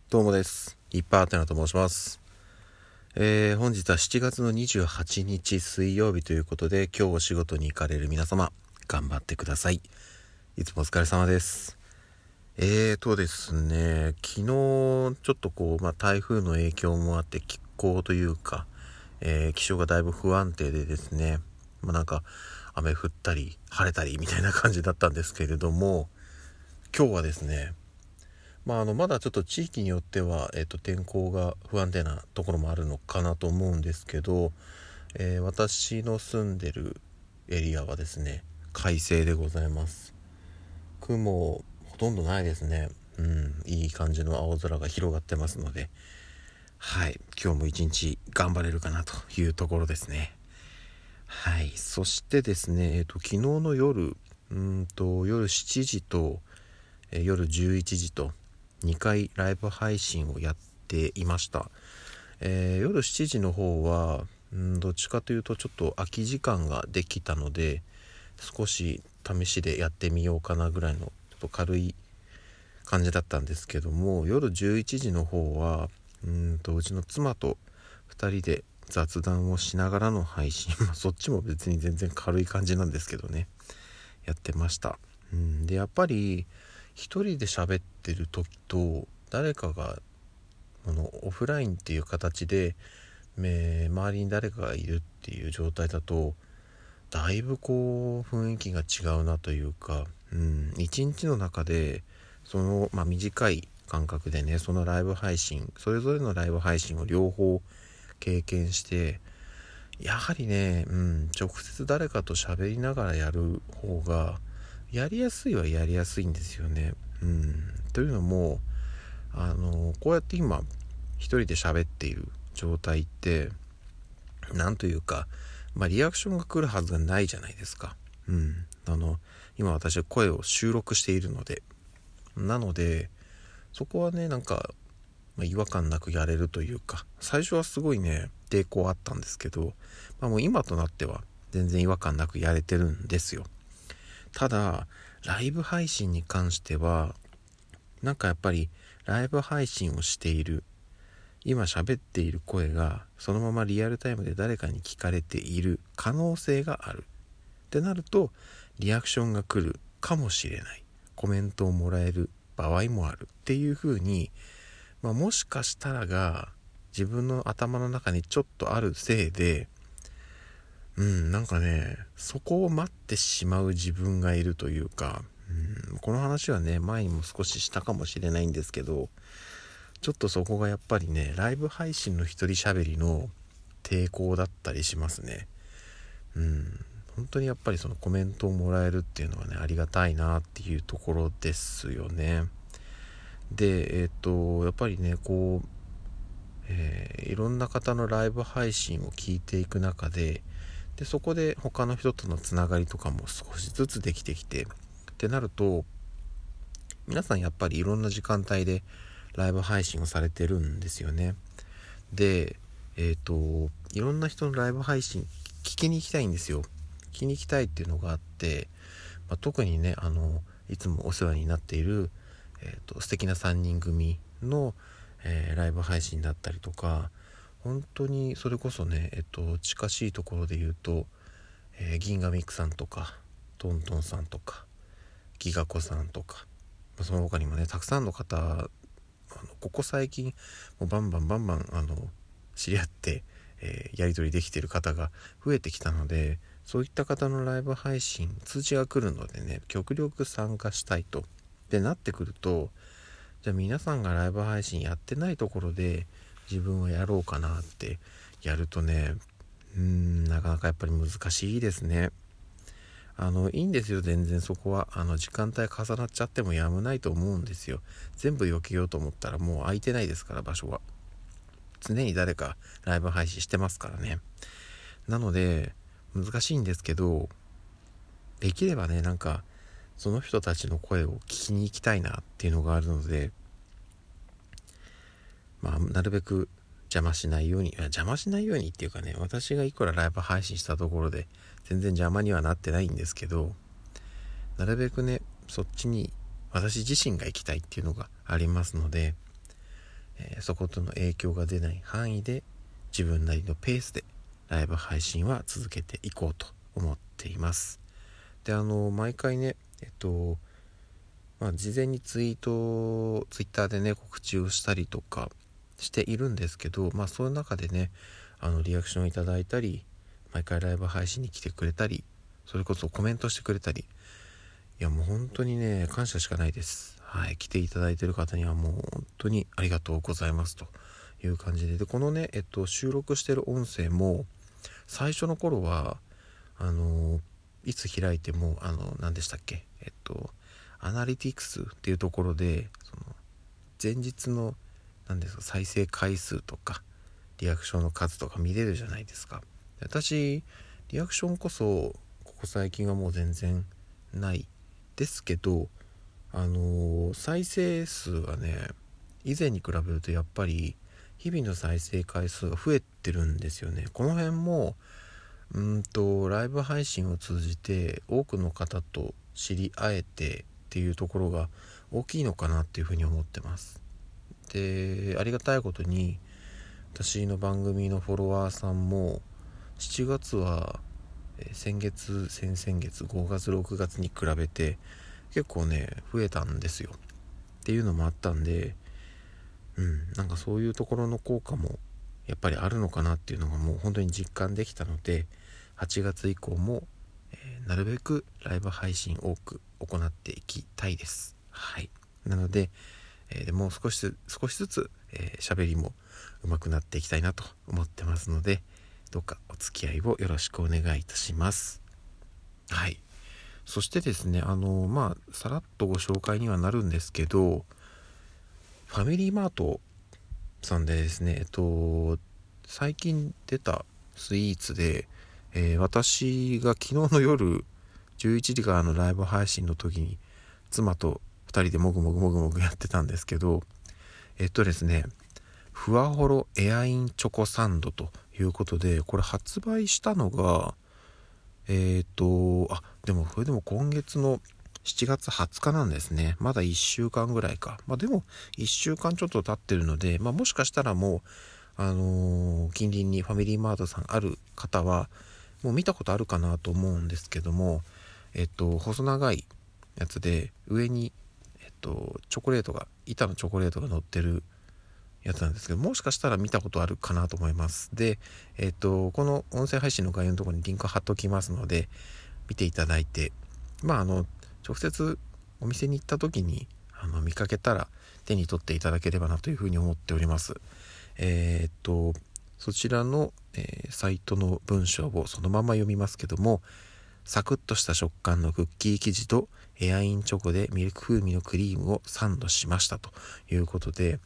どうもです。いっぱいあてなと申します。本日は7月の28日水曜日ということで、今日お仕事に行かれる皆様、頑張ってください。いつもお疲れ様です。ですね、昨日ちょっと台風の影響もあって気候というか、気象がだいぶ不安定でですね、雨降ったり晴れたりみたいな感じだったんですけれども、今日はですね、まだちょっと地域によっては、天候が不安定なところもあるのかなと思うんですけど、私の住んでるエリアはですね、快晴でございます。雲ほとんどないですね。いい感じの青空が広がってますので、はい、今日も一日頑張れるかなというところですね。はい、そしてですね、昨日の夜、夜7時と、夜11時と2回ライブ配信をやっていました。夜7時の方はどっちかというとちょっと空き時間ができたので、少し試しでやってみようかなぐらいのちょっと軽い感じだったんですけども、夜11時の方はうちの妻と2人で雑談をしながらの配信そっちも別に全然軽い感じなんですけどね、やってました。でやっぱり一人で喋ってる時と誰かがオフラインっていう形で周りに誰かがいるっていう状態だとだいぶ雰囲気が違うなというか、一日の中でその、短い間隔でね、そのライブ配信、それぞれのライブ配信を両方経験して、やはりね、直接誰かと喋りながらやる方がやりやすいはやりやすいんですよね。というのもこうやって今一人で喋っている状態ってなんというか、リアクションが来るはずがないじゃないですか。今私は声を収録しているので、なのでそこはね違和感なくやれるというか、最初はすごいね抵抗あったんですけど、もう今となっては全然違和感なくやれてるんですよ。ただライブ配信に関してはやっぱりライブ配信をしている、今喋っている声がそのままリアルタイムで誰かに聞かれている可能性があるってなると、リアクションが来るかもしれない、コメントをもらえる場合もあるっていう風に、もしかしたらが自分の頭の中にちょっとあるせいで、そこを待ってしまう自分がいるというか、この話はね前にも少ししたかもしれないんですけど、ちょっとそこがやっぱりねライブ配信の一人喋りの抵抗だったりしますね。本当にやっぱりそのコメントをもらえるっていうのはねありがたいなっていうところですよね。でやっぱりねいろんな方のライブ配信を聞いていく中で、そこで他の人とのつながりとかも少しずつできてきてってなると、皆さんやっぱりいろんな時間帯でライブ配信をされてるんですよね。でいろんな人のライブ配信聞きに行きたいんですよ。聞きに行きたいっていうのがあって、特にねいつもお世話になっている、素敵な3人組の、ライブ配信だったりとか、本当にそれこそね近しいところで言うと、銀河ミクさんとかトントンさんとかギガ子さんとか、その他にもねたくさんの方ここ最近もうバンバン知り合って、やり取りできている方が増えてきたので、そういった方のライブ配信通知が来るのでね、極力参加したいとでなってくると、じゃあ皆さんがライブ配信やってないところで自分はやろうかなってやるとね、なかなかやっぱり難しいですね。いいんですよ、全然そこは時間帯重なっちゃってもやむないと思うんですよ。全部避けようと思ったらもう空いてないですから、場所は常に誰かライブ配信してますからね。なので難しいんですけど、できればねその人たちの声を聞きに行きたいなっていうのがあるので、なるべく邪魔しないようにっていうかね、私がいくらライブ配信したところで全然邪魔にはなってないんですけど、なるべくねそっちに私自身が行きたいっていうのがありますので、 そことの影響が出ない範囲で自分なりのペースでライブ配信は続けていこうと思っています。で毎回ね事前にツイッターでね告知をしたりとかしているんですけど、そういう中でねリアクションいただいたり、毎回ライブ配信に来てくれたり、それこそコメントしてくれたり、いやもう本当にね感謝しかないです。はい、来ていただいている方にはもう本当にありがとうございますという感じで、このね収録してる音声も最初の頃はいつ開いても何でしたっけアナリティクスっていうところでその前日の何ですか再生回数とかリアクションの数とか見れるじゃないですか。私リアクションこそここ最近はもう全然ないですけど、再生数はね以前に比べるとやっぱり日々の再生回数が増えてるんですよね。この辺もライブ配信を通じて多くの方と知り合えてっていうところが大きいのかなっていうふうに思ってます。でありがたいことに私の番組のフォロワーさんも7月は先々月5月6月に比べて結構ね増えたんですよっていうのもあったんで、なんかそういうところの効果もやっぱりあるのかなっていうのがもう本当に実感できたので、8月以降も、なるべくライブ配信多く行っていきたいです。はい。なので、もう少しずつ喋りも上手くなっていきたいなと思ってますので、どうかお付き合いをよろしくお願いいたします。はい。そしてですね、さらっとご紹介にはなるんですけど、ファミリーマートさんでですね、最近出たスイーツで、私が昨日の夜11時からのライブ配信の時に妻と2人でもぐもぐやってたんですけど、ですね、ふわほろエアインチョコサンドということで、これ発売したのがでもそれでも今月の7月20日なんですね。まだ1週間ぐらいか。でも1週間ちょっと経ってるので、もしかしたらもう近隣にファミリーマートさんある方はもう見たことあるかなと思うんですけども、細長いやつで上に板のチョコレートが乗ってるやつなんですけど、もしかしたら見たことあるかなと思います。で、この音声配信の概要のところにリンク貼っときますので見ていただいて、直接お店に行った時に見かけたら手に取っていただければなというふうに思っております。そちらの、サイトの文章をそのまま読みますけども、サクッとした食感のクッキー生地とエアインチョコでミルク風味のクリームをサンドしましたということで、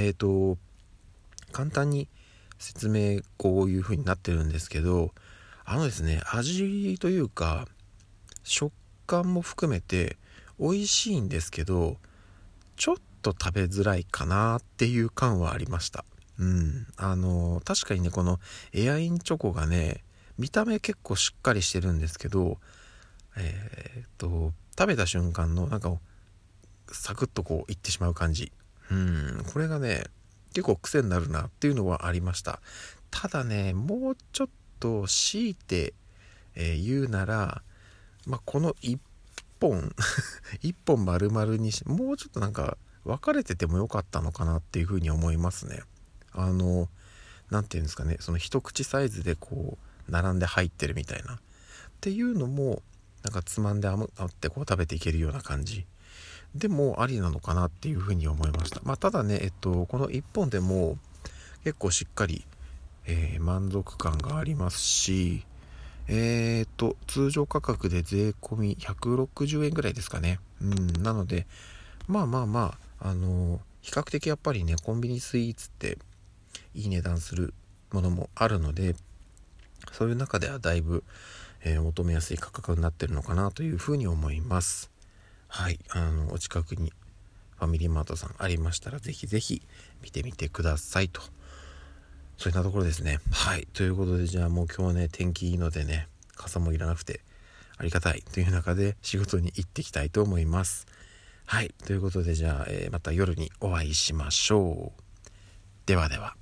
簡単に説明こういう風になってるんですけど、ですね、味というか食感も含めて美味しいんですけど、ちょっと食べづらいかなっていう感はありました。確かにね、このエアインチョコがね見た目結構しっかりしてるんですけど、食べた瞬間のなんかサクッとこういってしまう感じ、これがね結構癖になるなっていうのはありました。ただね、もうちょっと強いて、言うなら、この1本1本丸々にしもうちょっとなんか分かれててもよかったのかなっていうふうに思いますね。なんていうんですかね、その一口サイズでこう並んで入ってるみたいなっていうのもなんかつまんであってこう食べていけるような感じでもありなのかなっていうふうに思いました。ただね、この1本でも結構しっかり、満足感がありますし、通常価格で税込み160円ぐらいですかね。なので比較的やっぱりねコンビニスイーツっていい値段するものもあるので、そういう中ではだいぶ、求めやすい価格になってるのかなというふうに思います。はい、お近くにファミリーマートさんありましたらぜひぜひ見てみてくださいと。そういったところですね。はい、ということで、じゃあもう今日はね天気いいのでね傘もいらなくてありがたいという中で仕事に行ってきたいと思います。はい、ということで、じゃあ、また夜にお会いしましょう。 ではでは。